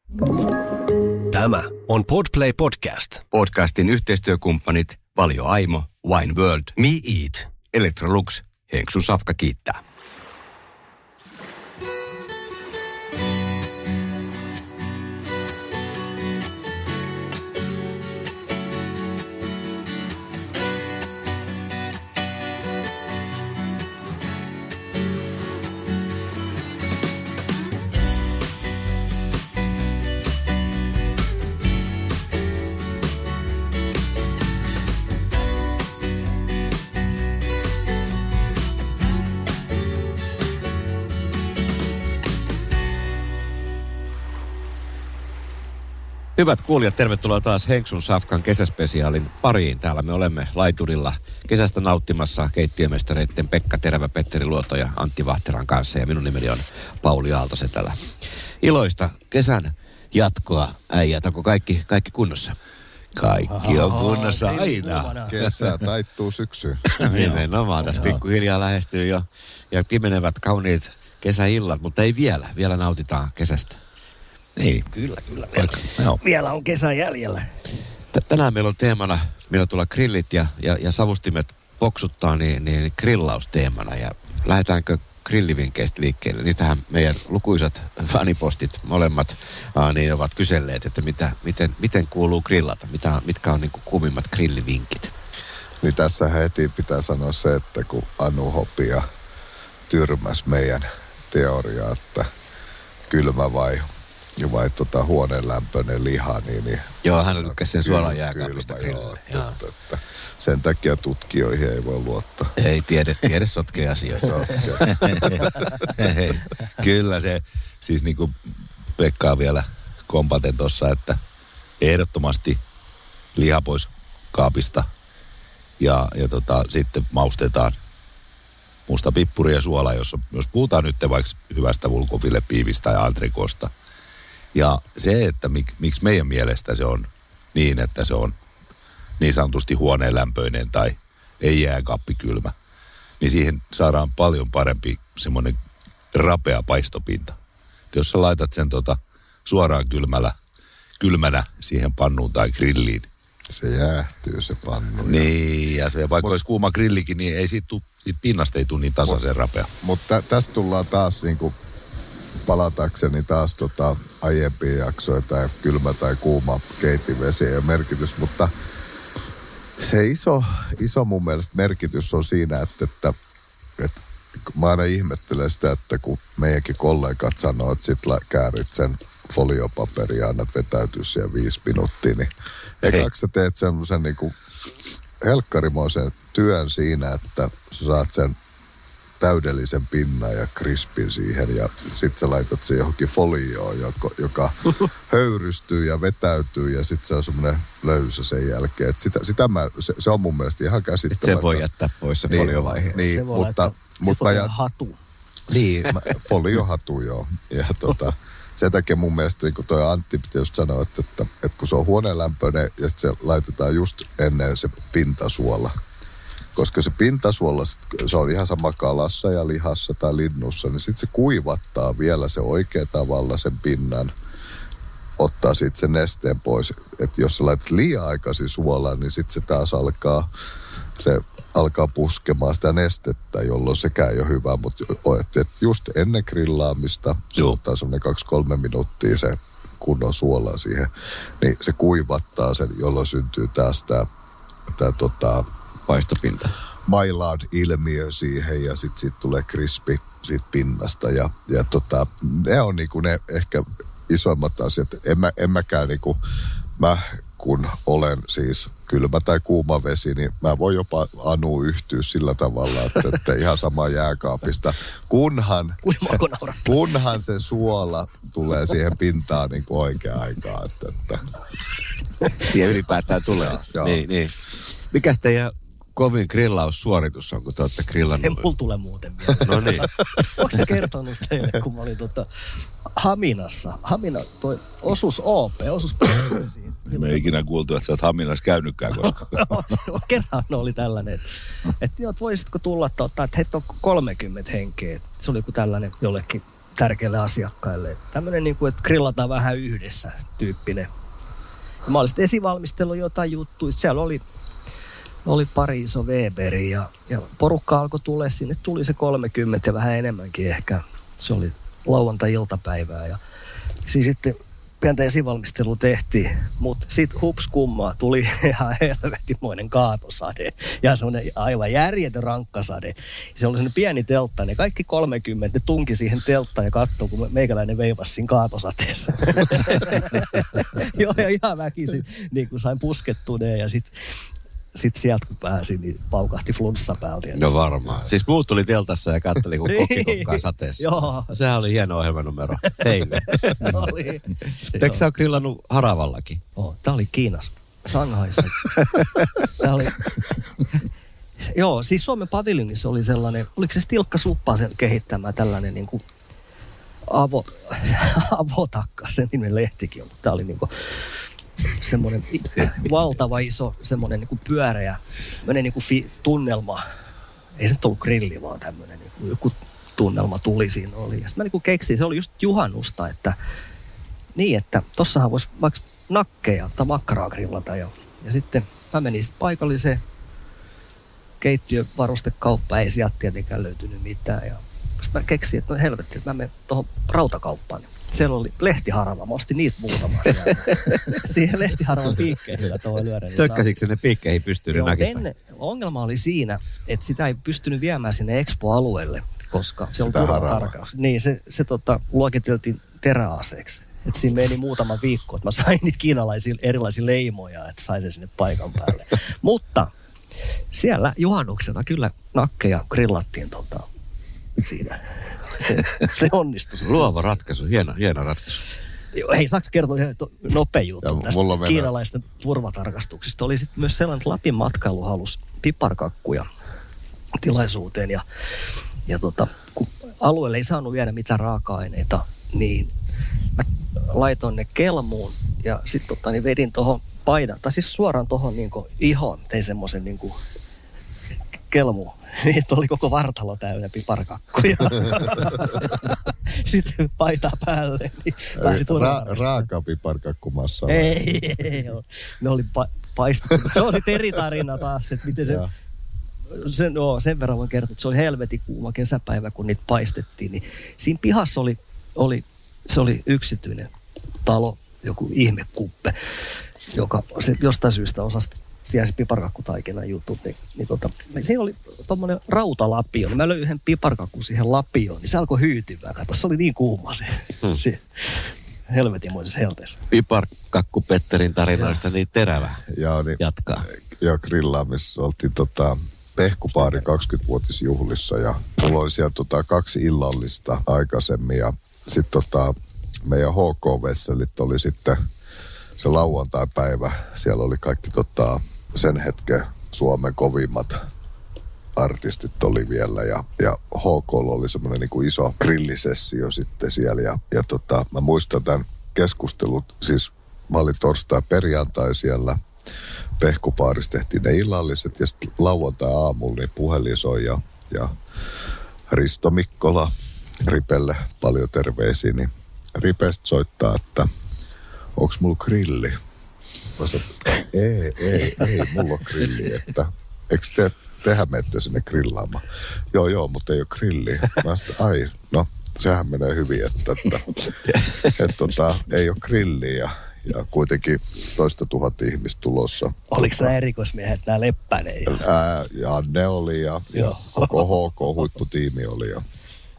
Tämä on Podplay Podcast. Podcastin yhteistyökumppanit Valio Aimo, Wine World, Me Eat, Electrolux, Henksun Safka kiittää. Hyvät kuulijat, tervetuloa taas Henksun Safkan kesäspesiaalin pariin. Täällä me olemme laiturilla kesästä nauttimassa keittiömestareiden Pekka Terävä, Petteri Luoto ja Antti Vahteran kanssa. Ja minun nimeni on Pauli Aaltosetälä. Iloista kesän jatkoa, äijät. Onko kaikki kunnossa? Kaikki on kunnossa aina. Kesä taittuu syksyyn. Nimenomaan. Tässä pikkuhiljaa lähestyy jo ja pimenevät kauniit kesäillat, mutta ei vielä. Vielä nautitaan kesästä. Niin. Kyllä. Vielä on kesä jäljellä. Tänään meillä on teemana, meillä tulla grillit ja savustimet poksuttaa, niin grillausteemana. Ja lähdetäänkö grillivinkkeistä liikkeelle? Niitähän meidän lukuisat fanipostit molemmat niin ovat kyselleet, että miten kuuluu grillata? Mitkä on niin kuin kuumimmat grillivinkit? Niin tässä heti pitää sanoa se, että kun Anu Hopia tyrmäs meidän teoriaa, että kylmä vai huoneenlämpöinen liha, niin joo, hän lykkäsi sen suoraan jääkaapista grillille. Että sen takia tutkijoihin ei voi luottaa. Ei tiede sotkee asioissa. Kyllä se, siis niin kuin Pekkaa vielä kompaten tuossa, että ehdottomasti liha pois kaapista ja sitten maustetaan musta pippuri ja suola, jos puhutaan nyt vaikka hyvästä vulkofillepiivistä ja antrikosta. Ja se, että miksi meidän mielestä se on niin, että se on niin sanotusti huoneenlämpöinen tai ei jääkaappikylmä, niin siihen saadaan paljon parempi semmoinen rapea paistopinta. Et jos sä laitat sen suoraan kylmänä siihen pannuun tai grilliin. Se jäähtyy se pannu. Niin, ja se vaikka olisi kuuma grillikin, niin ei siitä pinnasta ei tule niin tasaisen rapea. Mutta tässä tullaan taas niinku palatakseni taas aiempia jaksoja tai kylmä tai kuuma keitinvesi ja merkitys, mutta se iso mun mielestä merkitys on siinä, että mä aina ihmettelen sitä, että kun meidänkin kollegat sanoo, että sit käärit sen foliopaperia ja annat vetäytyä siellä 5 minuuttia, niin ekaksi sä teet semmoisen niinku helkkarimoisen työn siinä, että sä saat sen täydellisen pinnan ja krispin siihen ja sit sä laitat sen johonkin folioon, joka höyrystyy ja vetäytyy ja sit se on semmoinen löysä sen jälkeen. Et se on mun mielestä ihan käsittämätöntä. Se voi jättää pois se foliovaihe. Niin, se voi laittaa hatu. Niin, foliohatu joo. Ja sen takia mun mielestä niin kuin toi Antti piti just sanoa, että kun se on huoneenlämpöinen ja sit se laitetaan just ennen se pintasuola. Koska se pintasuola, se on ihan sama kalassa ja lihassa tai linnussa, niin sitten se kuivattaa vielä se oikea tavalla sen pinnan, ottaa sitten sen nesteen pois. Että jos sä laitat liian aikaisin suolaan, niin sitten se taas alkaa puskemaan sitä nestettä, jolloin sekään ei ole hyvä. Mutta just ennen grillaamista, se ottaa semmoinen 2-3 minuuttia se kunnon suolaa siihen, niin se kuivattaa sen, jolloin syntyy taas tämä paistopinta. Maillard-ilmiö siihen ja sitten siitä tulee krispi siitä pinnasta ja ne on niinku ne ehkä isoimmat asiat. En mäkään niinku, mä kun olen siis kylmä tai kuuma vesi, niin mä voin jopa Anu yhtyä sillä tavalla, että ihan sama jääkaapista, kunhan se suola tulee siihen pintaan niin kuin oikeaan aikaan. Että. Ja ylipäätään tulee. Niin. Mikäs teidän kovin grillaussuoritus on, kun te olette grillannut? Ei mulla tule muuten vielä. No niin. Onko mä kertonut teille, kun mä olin Haminassa? Hamina, toi osuus OP, osuus siihen. Me ei ikinä kuultu, että sä oot Haminassa käynytkään koskaan. Kerran oli tällainen, että voisitko tulla, että heitä on 30 henkeä. Se oli joku tällainen jollekin tärkeille asiakkaille. Tämmöinen niin kuin, että grillataan vähän yhdessä tyyppinen. Ja mä olin sitten esivalmistellut jotain juttuja. Siellä oli pari iso Weberia ja porukka alkoi tulla sinne. Tuli se 30 ja vähän enemmänkin ehkä. Se oli lauantai-iltapäivää ja siis sitten pientä esivalmistelua tehtiin, mutta sitten hups kummaa, tuli ihan helvetimoinen kaatosade ja semmoinen aivan järjetön rankkasade. Se oli semmoinen pieni teltta, ne kaikki 30, ne tunki siihen telttaan ja katsoi, kun meikäläinen veivasi siinä kaatosateessa. Joo, ja ihan väkisin niin kun sain puskettuneen ja sitten sieltä kun pääsin, niin paukahti flunssa päältä. No varmaan. Siis muut tuli teltassa ja katteli, kun kokki kokkaa sateessa. Joo. Sehän oli hieno ohjelmanumero teille. Oli. Eikö sä ole grillannut Haravallakin? Tää oli Kiinassa, Shanghaissa. Tää oli... Joo, siis Suomen paviljongissa oli sellainen, oliko se Stilkka Suppasen kehittämä tällainen niin kuin avotakka, sen nimen lehtikin on, mutta tää oli niin kuin semmoinen valtava iso, semmoinen niin kuin pyöreä, niin kuin tunnelma. Ei se nyt ollut grilli, vaan tämmöinen niin kuin joku tunnelma tuli siinä oli. Ja sitten mä niin kuin keksin, se oli just juhannusta, että niin, että tossahan voisi vaikka nakkeja tai makkaraa grillata. Ja sitten mä menin sitten paikalliseen keittiövarustekauppaan, ei sieltä tietenkään löytynyt mitään. Ja sitten mä keksin, että no helvetti, että mä menen tuohon rautakauppaan. Siellä oli lehtiharava, mä ostin niitä muutamaa. Siihen lehtiharavan piikkeihin toi lyödä. Tökkäsikö ne piikkeihin pystynyt näkemään? Ongelma oli siinä, että sitä ei pystynyt viemään sinne Expo-alueelle, koska se on turvatarkaus. Niin, se luokiteltiin teräaseeksi. Että siinä meni muutama viikko, että mä sain niitä kiinalaisia erilaisia leimoja, että sain sen sinne paikan päälle. Mutta siellä juhannuksena kyllä nakkeja grillattiin siinä. Se onnistui. Luova ratkaisu, hieno ratkaisu. Hei, saaks kertoa ihan nopea juttu tästä kiinalaisten turvatarkastuksista? Oli sitten myös sellainen, että Lapin matkailu halusi piparkakkuja tilaisuuteen. Ja kun alueelle ei saanut viedä mitään raaka-aineita, niin mä laitoin ne kelmuun ja sitten niin vedin tuohon paidan, tai siis suoraan tuohon niinku ihon, tein semmoisen niinku kelmuun. Niin, oli koko vartalo täynnä piparkakkuja. Sitten paitaa päälle. Niin raaka piparkakkumassa. Ei ole. Ne oli paistettu. Se on sitten eri tarina taas, että miten sen verran voin kertoa, että se oli helvetin kuuma kesäpäivä, kun niitä paistettiin. Niin siinä pihassa se oli yksityinen talo, joku ihmekuppe, joka se jostain syystä osasi tiesi piparkakkutaikinan jutut, niin siinä oli tommoinen rautalapio, niin mä löin yhden piparkakun siihen lapioon, niin se alkoi hyytyvää. Kato, se oli niin kuuma se helvetinmoisessa helteessä. Piparkakku Petterin tarinoista niin terävä jatkaa. Ja grillaamisessa oltiin Pehkupaari 20-vuotisjuhlissa ja mulla oli siellä 2 illallista aikaisemmin ja sitten meidän HK-vesselit oli sitten se lauantai-päivä, siellä oli kaikki sen hetken Suomen kovimmat artistit oli vielä ja HK:lla oli semmoinen niin kuin iso grillisessio sitten siellä ja mä muistan tämän keskustelut, siis mä olin torstai-perjantai siellä Pehkupaarissa, tehtiin ne illalliset ja sitten lauantai-aamulla niin puhelin soi ja Risto Mikkola Ripelle paljon terveisiä, niin Ripestä soittaa, että onks mulla grilli? Mä sanoin, ei mulla ole grilli, että eikö tehän menette sinne grillaamaan? Joo, mutta ei ole grilli. Mä sanoin, no sehän menee hyvin, että ei ole grilliä ja kuitenkin 2 000 ihmistä tulossa. Oliko nämä erikoismiehet, nämä Leppänen? Ja ne oli ja koko HK-huipputiimi oli ja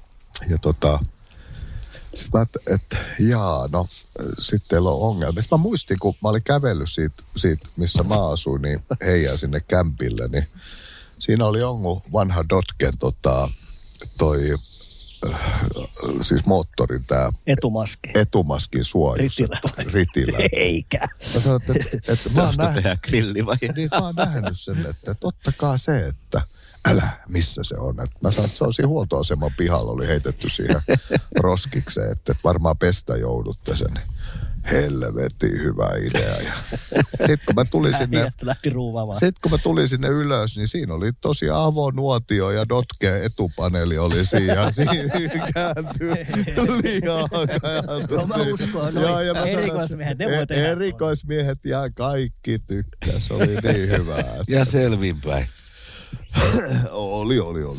sitten sitten teillä on ongelma. Sitten mä muistin, kun mä olin kävellyt siitä missä mä asuin, niin heijää sinne kämpille, niin siinä oli jonkun vanha Dodgen siis moottorin tää etumaskin suojus. Ritillä. Eikä. Mä sanoin, että mä oon grilli vai? Niin mä oon nähnyt sen, että ottakaa se, että älä, missä se on. Et mä sanoin, että se on siinä huoltoaseman pihalla, oli heitetty siihen roskikseen, että varmaan pestä joudutte sen. helvetin hyvä idea. Ja sitten kun mä tulin sinne ylös, niin siinä oli tosi avonuotio ja Dotke etupaneeli oli siinä. Ja siinä kääntyi lihaa. No mä uskon, erikoismiehet, ne voi tehdä. Erikoismiehet ja kaikki tykkäs, oli niin hyvää. Ja selvinpäin. Oli.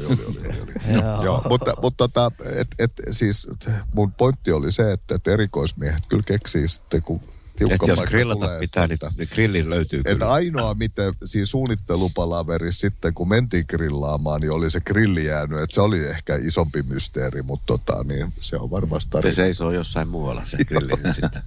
Joo, mutta siis mun pointti oli se, että erikoismiehet kyllä keksii sitten, kun tiukka paikka tulee. Jos grillata pitää, niin grillin löytyy kyllä. Että ainoa, miten siinä suunnittelupalaverissa sitten, kun mentiin grillaamaan, niin oli se grilli jäänyt. Että se oli ehkä isompi mysteeri, mutta niin se on varmasti tarina. Se seisoo jossain muualla se grilli sitten.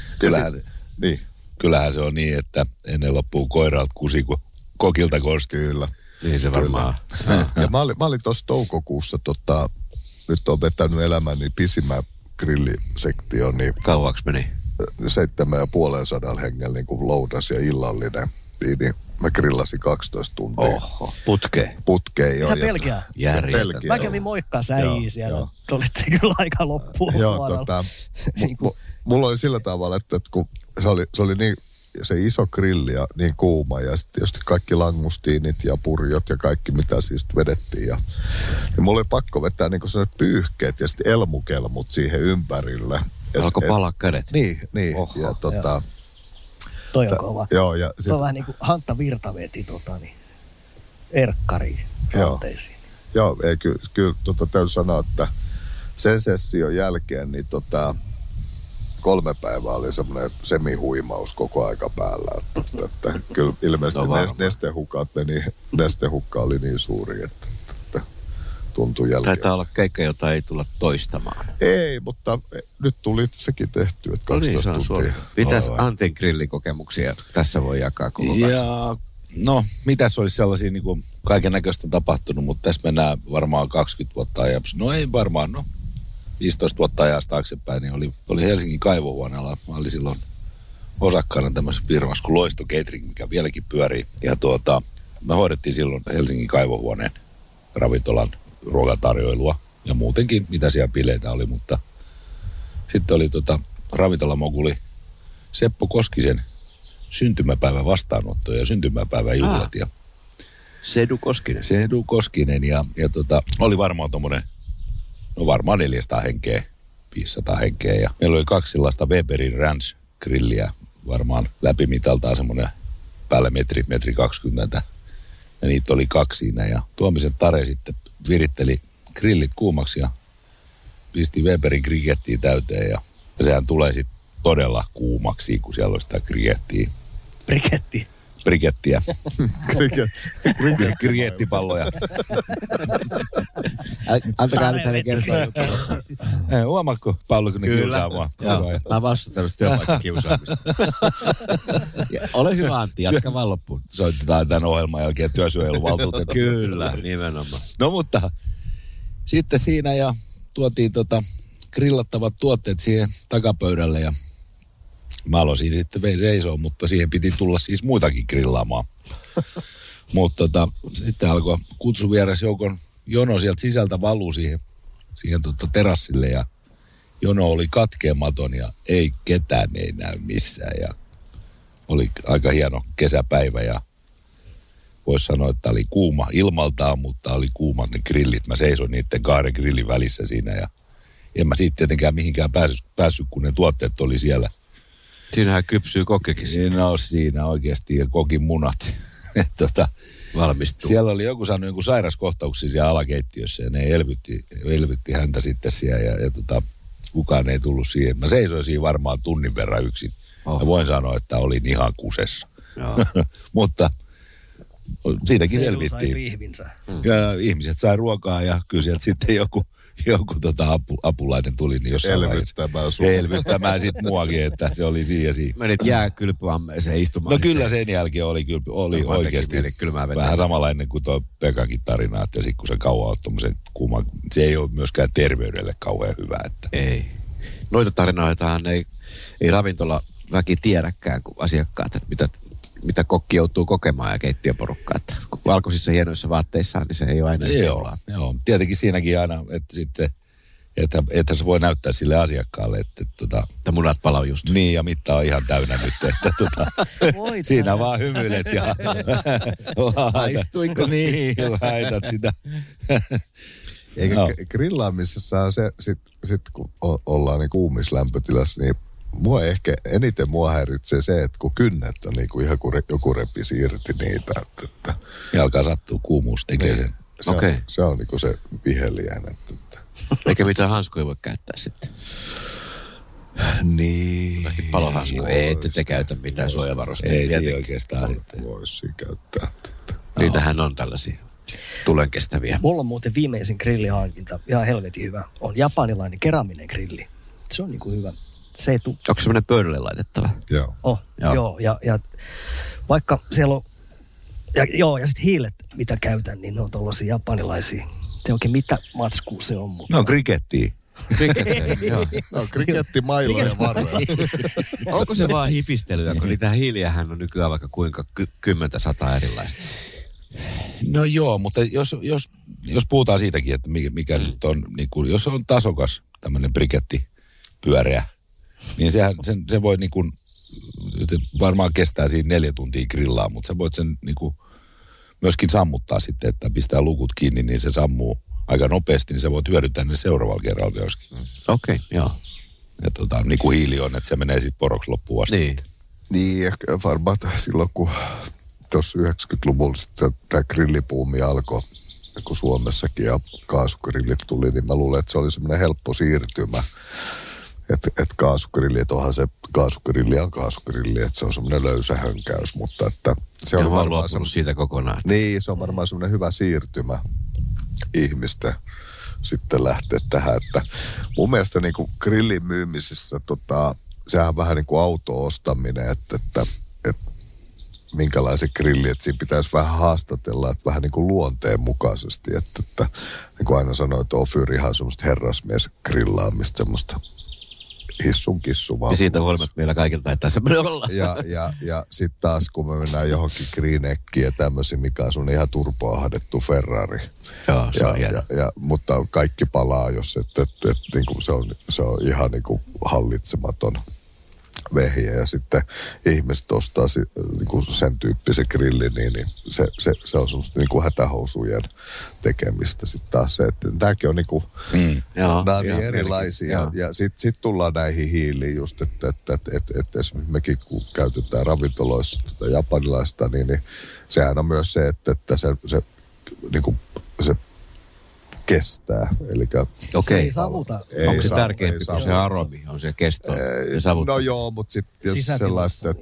Kyllähän se on niin, että ennen loppuu koiralta kusi, kun kokilta koski. Kyllä. Niin se varmaan. Ja mä olin tuossa toukokuussa, nyt on vetänyt elämäni pisimmän grillisektion. Niin kauaksi meni? 750 hengellä niin kuin loudas ja illallinen. Niin mä grillasin 12 tuntia. Oho, putkeen. Joo. Mitä Belgiaa? Belgia. Mä kävin moikkaa säijiä siellä. Te olitte kyllä aika loppuun vuorolla. Mulla oli sillä tavalla, että kun se oli niin se iso grilli ja niin kuuma ja sitten tietysti kaikki langustiinit ja purjot ja kaikki mitä siis vedettiin. Ja mulla oli pakko vetää niin kuin sellaiset pyyhkeet ja sitten elmukelmut siihen ympärille. Alkoi palaa kädet. Niin. Oho, ja toi on kova. Joo, ja se on vähän niin kuin Hantta Virta veti erkkariin ranteisiin. Joo, ei kyllä täytyy sanoa, että sen session jälkeen niin 3 päivää oli semmoinen semihuimaus koko aika päällä. Että kyllä ilmeisesti nestehukka oli niin suuri, että tuntui jälkeen. Taitaa olla keikka, jota ei tulla toistamaan. Ei, mutta nyt tuli sekin tehty, että 12 tuntia. Mitäs Antin grillikokemuksia tässä voi jakaa ja no, mitäs olisi sellaisia niin kuin kaiken näköistä tapahtunut, mutta tässä mennään varmaan 20 vuotta ajaksi. No ei varmaan, 15 vuotta ajasta taaksepäin, niin oli Helsingin kaivohuoneella. Mä olin silloin osakkaana tämmöisessä firmassa kuin Loisto Catering, mikä vieläkin pyörii. Ja me hoidettiin silloin Helsingin kaivohuoneen ravintolan ruokatarjoilua ja muutenkin, mitä siellä bileitä oli. Mutta sitten oli ravintolamoguli Seppo Koskisen syntymäpäivän vastaanotto ja syntymäpäivän juhlat. Sedu Koskinen ja oli varmaan tommonen varmaan 400 henkeä, 500 henkeä. Ja meillä oli 2 sellaista Weberin Ranch-grilliä, varmaan läpimitaltaan semmoinen päälle metri 20. Ja niitä oli 2 siinä. Ja Tuomisen Tare sitten viritteli grillit kuumaksi ja pisti Weberin krikettiä täyteen. Ja sehän tulee sitten todella kuumaksi, kun siellä oli sitä krikettiä. Brikettiä. Krikettipalloja. Antakaa nyt hänen kertoa. Huomaatko, Pauli, kun ne kiusaa mua? Joo, mä vastustan työpaikkakiusaamista. Ole hyvä, Antti, jatka vaan loppuun. Soitetaan tämän ohjelman jälkeen työsuojeluvaltuutettu. Kyllä, nimenomaan. No mutta sitten siinä ja tuotiin grillattavat tuotteet siihen takapöydälle ja mä aloisin sitten seisoo, mutta siihen piti tulla siis muitakin grillaamaan. Mutta sitten alkoi kutsuvierasjoukon jono sieltä sisältä valuu siihen terassille ja jono oli katkeamaton ja ei ketään ei näy missään. Ja oli aika hieno kesäpäivä ja voisi sanoa, että oli kuuma ilmaltaan, mutta oli kuumat ne grillit. Mä seisoin niiden 2 grillin välissä siinä ja en mä siitä tietenkään mihinkään päässyt, kun ne tuotteet oli siellä. Siinähän kypsyy kokekin. Siinä oikeasti ja kokin munat. Valmistuu. Siellä oli joku saanut jonkun sairaskohtauksia siellä alakeittiössä ja ne elvytti häntä sitten siellä ja kukaan ei tullut siihen. Mä seisoin siinä varmaan tunnin verran yksin. Ja voin sanoa, että olin ihan kusessa. Mutta siitäkin selvittiin. Ja ihmiset sai ruokaa ja kyllä sieltä sitten joku apulainen tuli, niin jossain elvyttämään sitten muakin, että se oli siinä. Menit jääkylpyammeeseen istumaan. No kyllä sen jälkeen oli oikeasti vähän samanlainen kuin tuo Pekakin tarina, että sitten kun se kauan on tommosen kuuman, se ei ole myöskään terveydelle kauhean hyvä. Että. Ei. Noita tarinoitahan ei ravintolaväki tiedäkään kuin asiakkaat, että mitä kokki joutuu kokemaan ja keittiöporukka. Että valkoisissa hienoissa vaatteissaan, niin se ei ole aina Joo, tietenkin siinäkin aina, että sitten Että se voi näyttää sille asiakkaalle, että munat palaa just. Niin, ja mitta on ihan täynnä nyt, että siinä vaan hymyilet ja Maistuiko? Niin, laitat sitä. Eikä grillaamisessa on se, sit kun ollaan niin kuumislämpötilassa, niin eniten mua häiritsee se, että kun kynnet on niin kuin ihan kuin joku repisi irti niitä. Että ja alkaa sattua, kuumuus tekee sen. Se on niin kuin se viheliäinen. Eikä mitään hanskoja voi käyttää sitten. Niin. Palohanskoja. Ei, ette te käytä mitään suojavarusteita. Ei siinä oikeastaan. Voisi käyttää. Niitähän on tällaisia tulen kestäviä. Mulla on muuten viimeisin grillihankinta, ihan helvetin hyvä, on japanilainen keraminen grilli. Se on niinku hyvä. Se ei onko semmoinen pöydälle laitettava? Joo. Joo. Ja vaikka siellä on, ja sitten hiilet, mitä käytän, niin ne on tollaisia japanilaisia. Se oikein mitä matskua se on. Mutta... No krikettiä. Joo. No kriketti, mailo ja varre. Onko se vaan hifistelyä, kun niitä hiiliähän on nykyään vaikka kuinka 10-100 erilaista? No joo, mutta jos puhutaan siitäkin, että mikä nyt on, niin kuin, jos on tasokas tämmöinen briketti pyöreä, niin se voi niin kuin, se varmaan kestää siinä 4 tuntia grillaa, mutta sä voit sen niin kuin myöskin sammuttaa sitten, että pistää lukut kiinni, niin se sammuu aika nopeasti, niin sä voit hyödyntää ne seuraavalla kerralla myöskin. Okei, joo. Ja niin kuin hiili on, että se menee sitten poroksi loppuun asti. Niin. Niin, ehkä varmaan silloin, kun tuossa 90-luvulla sitten tämä grillipuumi alkoi, kun Suomessakin ja kaasugrillit tuli, niin mä luulen, että se oli semmoinen helppo siirtymä. Että kaasugrilli, että onhan se kaasugrilli ja kaasugrilli, että se on semmoinen löysä hönkäys, mutta että se on varmaan siitä kokonaan. Niin, se on varmaan semmoinen hyvä siirtymä ihmisten sitten lähteä tähän, että mun mielestä niin kuin grillin myymisessä sehän on vähän niin kuin auto-ostaminen, että minkälaisen grilli, että siinä pitäisi vähän haastatella, että vähän niin kuin luonteen mukaisesti, että niin kuin aina sanoo, että Ofyrihan on semmoista herrasmies grillaamista, semmoista hissun kissu vaan. Ja siitä huolimatta meillä kaikilla taitaa semmoinen olla. Ja sitten taas, kun me mennään johonkin Greeneckiin ja tämmöisiin, mikä on sun ihan turpoahdettu Ferrari. Joo, se on hieno. Mutta kaikki palaa, jos niin kuin se on ihan niin kuin hallitsematon vehje. Ja sitten ihmiset ostaa niin kuin sen tyyppisen grillin, niin se on semmoista niin kuin hätähousujen tekemistä. Sitten taas se, että nämäkin on niin kuin, nämä on niin erilaisia. Ja sitten tullaan näihin hiiliin just, että esimerkiksi mekin kun käytetään ravintoloissa japanilaista, niin sehän on myös se, että se niin kuin se kestää. Elikkä se ei savuta. Onko se tärkeämpi kuin se aromi? On se kesto ja savuta? No joo, mutta sitten sellaista,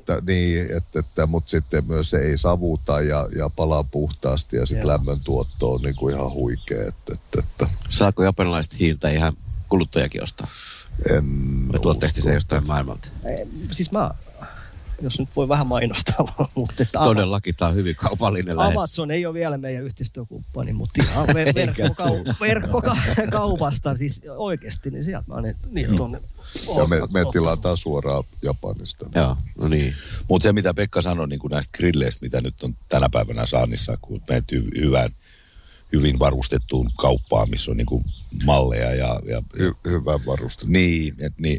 mutta sitten myös se ei savuta ja palaa puhtaasti ja sitten lämmöntuotto on niinku ihan huikea. Saako japanilaiset hiiltä ihan kuluttajakin ostaa? Vai tuotteesti se jostain maailmalta? Siis jos nyt voi vähän mainostaa, mutta... Todellakin tämä on hyvin kaupallinen lähetys. Amazon ei ole vielä meidän yhteistyökumppani, mutta ihan verkkokaupasta, siis oikeasti, niin sieltä mä niitä on... Ja me tilataan suoraan Japanista. Joo, no niin. Mutta se, mitä Pekka sanoi niin kuin näistä grilleistä, mitä nyt on tänä päivänä saannissa, kun menet hyvin varustettuun kauppaan, missä on niin kuin malleja ja hyvä varustettu. Niin,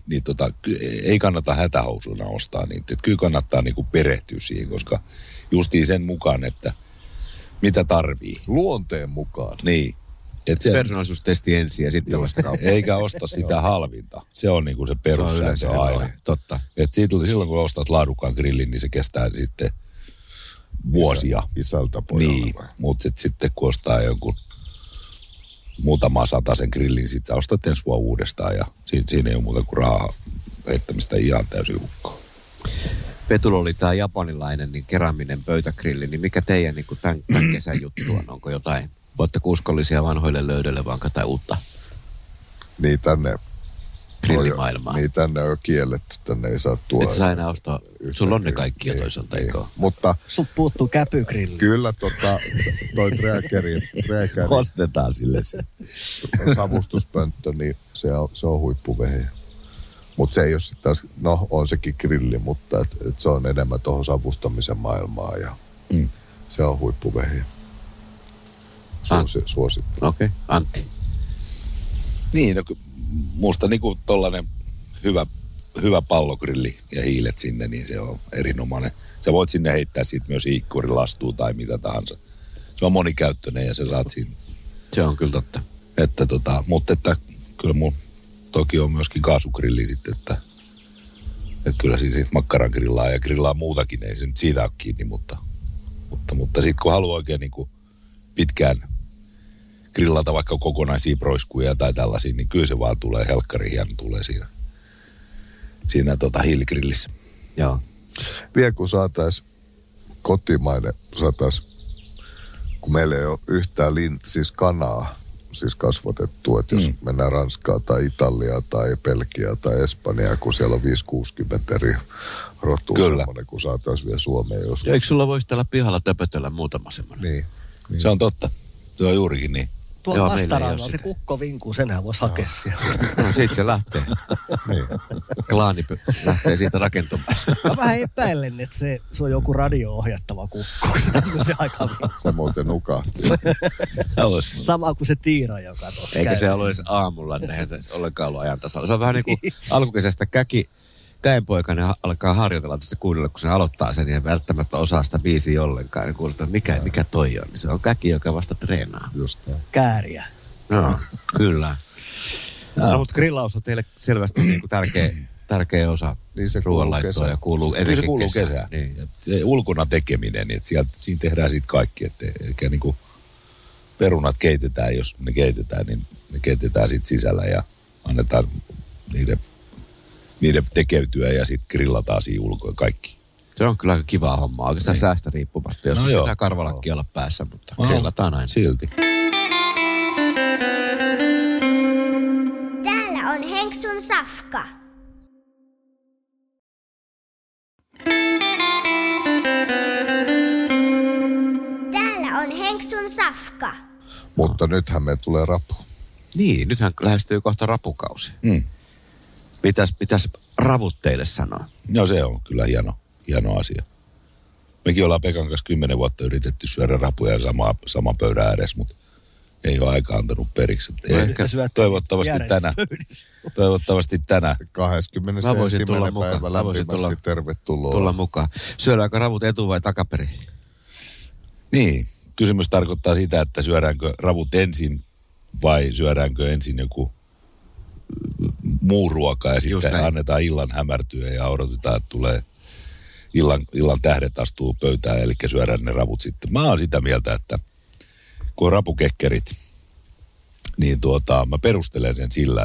ei kannata hätähousuina ostaa niitä. Kyllä kannattaa niin kuin perehtyä siihen, koska justiin sen mukaan, että mitä tarvii. Luonteen mukaan. Niin. Persoonallisuustesti ensin ja sitten vasta kauppaan. Eikä osta sitä halvinta. Se on niinku se perussääntö aina. Totta. Et silloin kun ostat laadukkaan grillin, niin se kestää sitten vuosia. Isältä pojalle. Niin, mutta sitten kun ostaa jonkun muutama satasen grillin, sit sä ostat ensi vuonna uudestaan ja siinä ei ole muuta kuin rahaa heittämistä ihan täysin hukkaan. Petulla oli tämä japanilainen niin keraminen pöytägrilli, niin mikä teidän niin tämän kesän juttu on? Onko jotain? Voitteko uskollisia vanhoille löydöille vaan jotain uutta grillimaailmaa? Niin tänne on jo kielletty, tänne ei saa tuoda. Et sä aina ostaa, sulla on ne kaikki jo toisaalta, eikö? Mutta sut puuttuu käpygrilli. Kyllä toi Drägerin ostetaan sille se savustuspönttö, niin se on huippuvehe. Mutta se ei ole sitten taas, no on sekin grilli, mutta et se on enemmän tuohon savustamisen maailmaan ja se on huippuvehe. Suosittelen. Okei, Antti. Niin, no, musta niinku tollanen hyvä pallogrilli ja hiilet sinne, niin se on erinomainen. Sä voit sinne heittää siitä myös iikkurilastua tai mitä tahansa. Se on monikäyttöinen ja sä saat siinä. Se on kyllä totta. Mutta kyllä mun toki on myöskin kaasugrilli sitten, että kyllä siinä makkaran grillaa ja grillaa muutakin, ei se nyt siitä ole kiinni, mutta sitten kun haluaa oikein niin kuin pitkään grillata vaikka kokonaisia proiskuja tai tällaisia, niin kyllä se vaan tulee, helkkari hieno tulee siinä hiiligrillissä. Joo. Vielä kun saataisiin kotimainen, kun meillä ei ole yhtään siis kanaa, siis kasvatettu, että jos mennään Ranskaa tai Italiaa tai Belgiaa tai Espanjaa, kun siellä on 5-60 eri rotua semmoinen, kun saataisiin vielä Suomeen joskus. Ja eikö sulla voisi täällä pihalla töpötellä muutama semmoinen? Niin. Se on totta. Se on juurikin niin. Tuolla vastarannalla se kukko vinkuu, senhän voisi hakea siellä. No siitä se lähtee. Niin. Klaani lähtee siitä rakentumaan. Mä vähän epäilen, että se on joku radio-ohjattava kukko. Se aika Se muuten nukahti. sama kuin se Tiira, joka tuossa eikä se ole edes aamulla, että ei ollenkaan ollut ajan tasalla. Se on vähän niin kuin alkukesästä käenpoikainen alkaa harjoitella tästä kuunnella, kun se aloittaa sen ja välttämättä osaa sitä biisiä ollenkaan. Ja kuuluu, että mikä toi on. Se on käki, joka vasta treenaa. Just näin. Kääriä. No, kyllä. No, mutta grillaus on teille selvästi niin kuin tärkeä osa niin se ruoanlaittoa ja kuuluu etenkin se kuuluu kesään. Niin. Se ulkona tekeminen, niin että siinä tehdään siitä kaikki. Että eikä niin kuin perunat keitetään, jos ne keitetään, niin ne keitetään siitä sisällä ja annetaan niiden tekeytyä ja sitten grillataan siinä ulkoa kaikki. Se on kyllä aika kivaa hommaa. Oikeastaan niin. säästä riippumatta. Joskus pitää karvalakki olla päässä, mutta grillataan aina. Silti. Täällä on Henksun safka. Täällä on Henksun safka. Mutta nythän me tulee rapu. Niin, nythän lähestyy kohta rapukausi. Pitäis ravut teille sanoa? No se on kyllä hieno asia. Mekin ollaan Pekan kanssa 10 vuotta yritetty syödä rapuja saman pöydän ääressä, mutta ei ole aika antanut periksi. Toivottavasti tänään. 21. päivä lämpimästi tervetuloa. Tulla mukaan. Syödäänkö ravut etu- vai takaperin? Niin, kysymys tarkoittaa sitä, että syödäänkö ravut ensin vai syödäänkö ensin joku muu ruoka ja sitten annetaan illan hämärtyä ja odotetaan, että tulee illan tähdet astuu pöytään, eli syödään ne ravut sitten. Mä oon sitä mieltä, että kun on rapukekkerit, niin mä perustelen sen sillä,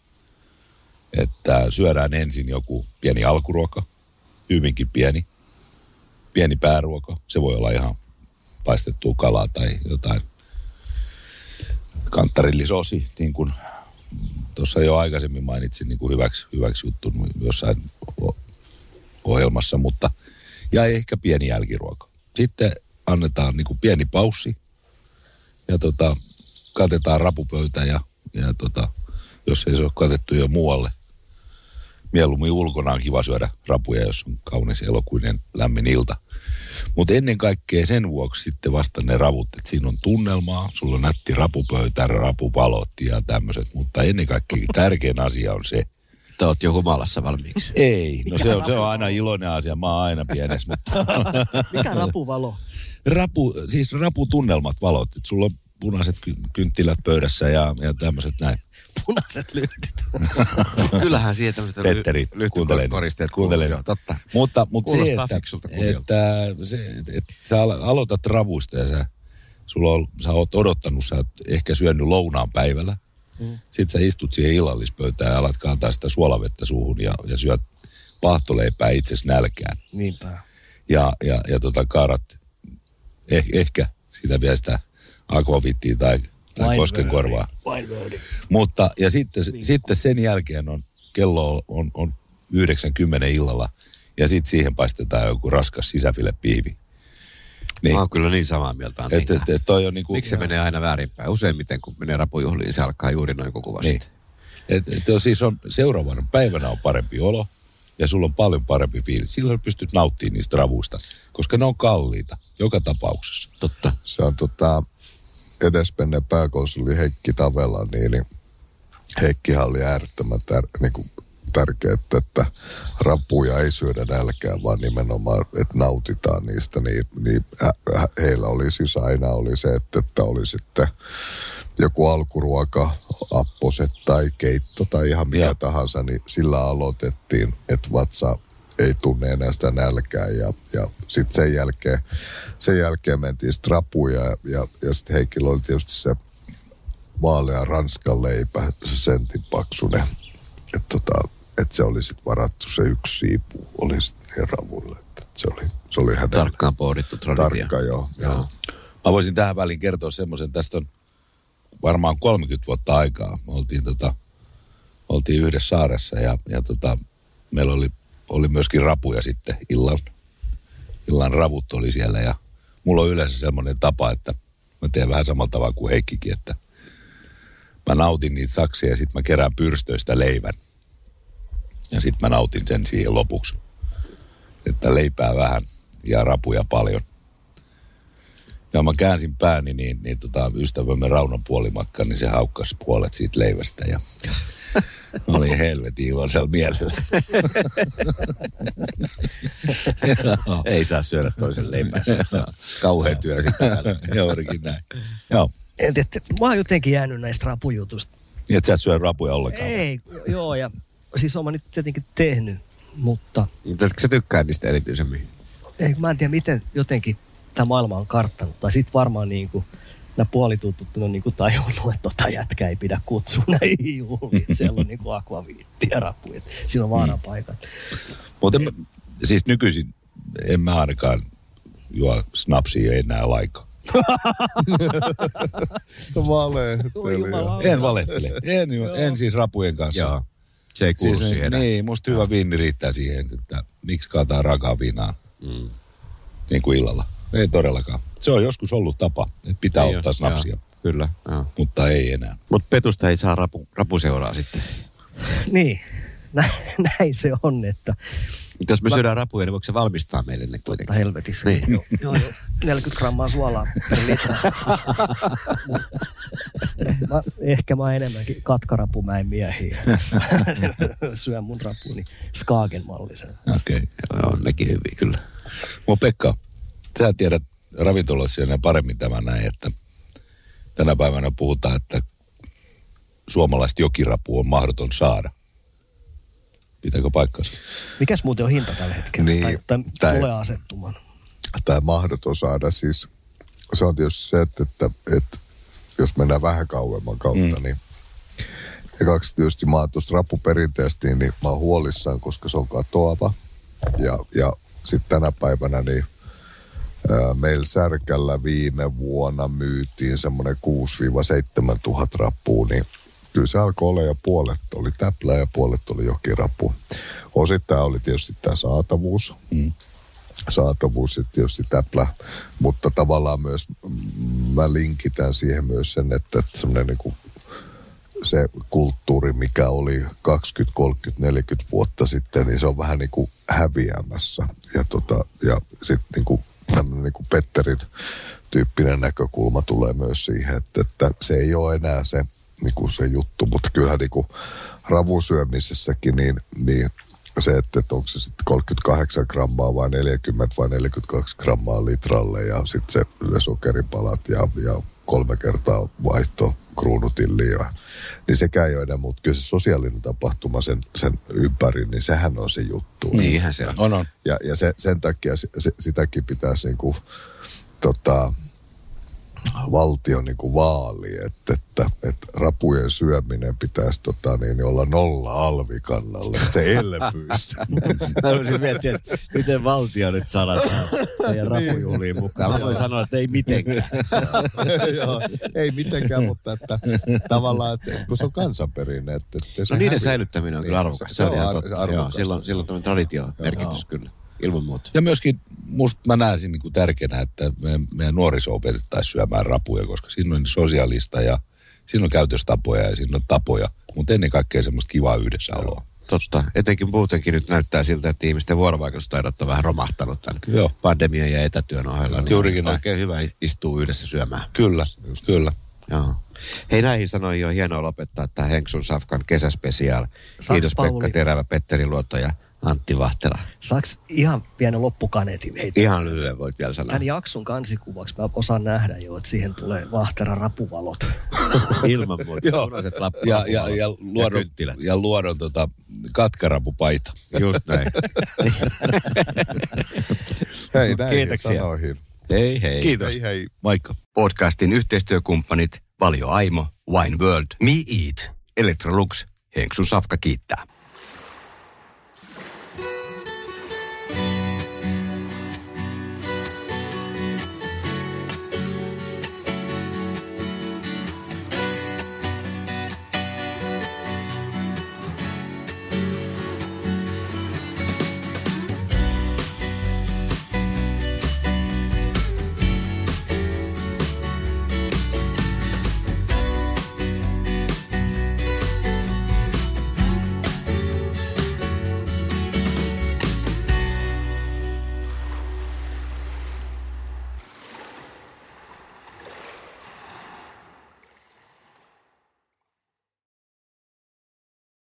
että syödään ensin joku pieni alkuruoka, hyvinkin pieni pääruoka. Se voi olla ihan paistettua kalaa tai jotain kantarillisosi, niin kuin tuossa jo aikaisemmin mainitsin niin kuin hyväksi juttu jossain ohjelmassa, ja ehkä pieni jälkiruoka. Sitten annetaan niin kuin pieni paussi ja katetaan rapupöytä ja jos ei se ole katettu jo muualle, mieluummin ulkona on kiva syödä rapuja, jos on kaunis elokuinen lämmin ilta. Mutta ennen kaikkea sen vuoksi sitten vasta ne ravut, että siinä on tunnelmaa, sulla on nätti rapupöytä, rapuvalot ja tämmöiset, mutta ennen kaikkea tärkein asia on se. Että oot jo humalassa valmiiksi. Ei, no se on aina iloinen asia, mä oon aina pienessä. Mikä rapuvalo? Siis raputunnelmat valot, että sulla on punaiset kynttilät pöydässä ja tämmöiset näin. Punaiset lyhdyt. Kyllähän siihen tämmöiset Petteri, lyhtykoristteet kuuntele. Joo, totta. Mutta se, että sä aloitat ravuista ja sä oot odottanut, sä oot ehkä syönyt lounaan päivällä. Sitten sä istut siihen illallispöytään ja alat kantaa sitä suolavettä suuhun ja syöt paahtoleipää itses nälkään. Niinpä. Ja kaarat ehkä sitä vielä sitä akvavittia tai koskenkorvaa. Mutta ja sitten sen jälkeen kello on 90 illalla ja sitten siihen paistetaan joku raskas sisäfilepiivi. Niin. Mä oon kyllä niin samaa mieltä. Toi on niinku, miksi se menee aina väärinpäin? Useimmiten kun menee rapujuhliin, se alkaa juuri noin kuvasta. Niin. Siis seuraavana päivänä on parempi olo ja sulla on paljon parempi fiilis. Silloin pystyt nauttimaan niistä ravuista, koska ne on kalliita joka tapauksessa. Totta. Se on edesmenneen pääkonsuli Heikki Tavela, niin Heikkihän oli äärettömän tärkeää, että rapuja ei syödä nälkään, vaan nimenomaan, että nautitaan niistä. Niin heillä oli siis aina oli se, että oli sitten joku alkuruoka, apposet tai keitto tai ihan mikä tahansa, niin sillä aloitettiin, että vatsa ei tunne enää sitä nälkää ja sitten sen jälkeen mentiin sitten rapuja ja sitten Heikillä oli tietysti se vaalea ranskan leipä, se sentin paksunen, että se oli sitten varattu, se yksi siipu oli sitten ravuille, että se oli hänellä. Tarkkaan pohdittu traditio. Tarkka, joo. Mä voisin tähän väliin kertoa semmoisen, tästä on varmaan 30 vuotta aikaa. Me oltiin yhdessä saaressa ja meillä oli myöskin rapuja sitten illan ravut oli siellä ja mulla on yleensä semmoinen tapa, että mä teen vähän samalla tavalla kuin Heikkikin, että mä nautin niitä saksia ja sitten mä kerään pyrstöistä leivän. Ja sitten mä nautin sen siihen lopuksi. Että leipää vähän ja rapuja paljon. Ja mä käänsin pääni, niin ystävämme Raunon puolimatka, niin se haukkasi puolet siitä leivästä ja oli helvetin iloisella mielellä. Ei saa syödä toisen leipää, se on kauhean työ sitten. Juurikin näin. Joo. En tiedä, mä oon jotenkin jäänyt näistä rapujutusta. Niin et sä syö rapuja ollenkaan? Ei, joo, ja siis oon mä nyt tietenkin tehnyt, mutta... Mutta etkö sä tykkää niistä erityisemmin? Ei, mä en tiedä, miten jotenkin tämä maailma on karttanut. Tai sit varmaan niinku, nämä puolitutut on niinku tajunnut, että jätkä ei pidä kutsua näihin juhliin. Siellä on niinku akvaviitti ja rapuja. Siinä on vaarapaikat. Mutta siis nykyisin en mä ainakaan juo snapsia enää lainkaan. En valehtele. En siis rapujen kanssa. Joo. Se ei kuulu siis, siihen. Niin, musta hyvä viini riittää siihen, että miksi kaataa rakaa viinaa niin kuin illalla. Ei todellakaan. Se on joskus ollut tapa, että pitää ei ottaa snapsia. Joo, kyllä. Joo. Mutta ei enää. Mutta petusta ei saa rapuseuraa sitten. Niin, näin se on, että... Mutta jos me syödään rapuja, niin voiko se valmistaa meille ne kuitenkin? Helvetissä. Niin. Joo, 40 grammaa suolaa per litra. Ehkä mä enemmänkin katkarapumäen miehiä. Syön mun rapuni Skagen-mallisen. Okei. On nekin hyviä kyllä. Mutta Pekka, sä tiedät ravintoloissa paremmin tämän näin, että tänä päivänä puhutaan, että suomalaista jokirapua on mahdoton saada. Pitääkö paikkansa? Mikäs muuten on hinta tällä hetkellä? Niin, tai tulee asettumaan? Tämä mahdoton saada siis, se on tietysti se, että jos mennään vähän kauemman kautta, niin ekaksi tietysti mä oon tuosta rapuperinteestä, niin mä oon huolissaan, koska se on katoava. Ja sitten tänä päivänä niin meillä Särkällä viime vuonna myytiin semmoinen 6-7 tuhat rappua, niin kyllä se alkoi olla ja puolet oli täplää ja puolet oli jokirapu. Osittain oli tietysti tämä saatavuus. Saatavuus ja tietysti täplä, mutta tavallaan myös mä linkitän siihen myös sen, että semmoinen niin kuin se kulttuuri, mikä oli 20, 30, 40 vuotta sitten, niin se on vähän niin kuin häviämässä. Ja sitten niin kuin tämmöinen niin kuin Petterin tyyppinen näkökulma tulee myös siihen, että se ei ole enää se, niin kuin se juttu, mutta kyllähän niin kuin ravusyömisessäkin niin se, että onko se sitten 38 grammaa vai 40 vai 42 grammaa litralle ja sitten se sokeripalat ja 3 kertaa vaihto kruunutilliä, niin sekään ei ole enää, mutta kyllä se sosiaalinen tapahtuma sen ympäri, niin sehän on se juttu. Niinhän se on. Ja sen takia sitäkin pitäisi niinku, valtion niinku vaali, että rapujen syöminen pitäisi olla 0 alvikannalle, että se elpyisi. Mä voisin miettiä, että miten valtio nyt sanataan meidän rapujuhliin mukaan. Mä voin sanoa, että ei mitenkään. Joo, ei mitenkään, mutta että tavallaan, että kun se on kansanperinne. Että no niiden säilyttäminen on kyllä arvokas. Se on ihan totta. Arvokas. Silloin tämmöinen traditio-merkitys kyllä. Ilman muuta. Ja myöskin musta mä näen niin kuin tärkeänä, että meidän nuoriso opetettaisiin syömään rapuja, koska siinä on sosiaalista ja siinä on käytöstapoja ja siinä on tapoja, mutta ennen kaikkea semmoista kivaa yhdessäoloa. Totta. Etenkin muutenkin nyt näyttää siltä, että ihmisten vuorovaikutustaidot on vähän romahtanut tämän pandemian ja etätyön ohella. Niin juurikin oikein hyvä istuu yhdessä syömään. Kyllä. Joo. Hei, näihin sanoihin on hienoa lopettaa tämä Henksun Safkan kesäspesiaal. Kiitos Pauli? Pekka Terävä, Petteri Luotto ja Antti Vahtera. Saaks ihan pienen loppukaneetin heittää? Ihan lyhyen voit vielä sanoa. Tämän jakson kansikuvaksi mä osaan nähdä jo, että siihen tulee Vahteran rapuvalot. Ilman muuta. Joo. Punaiset lappu. Ja luodon katkarapupaita. Just näin. Hei, näihin Kiitoksia. sanoihin. Hei hei. Kiitos. Hei hei. Moikka. Podcastin yhteistyökumppanit Valio Aimo, Wine World, Me Eat, Electrolux, Henksun Safka kiittää.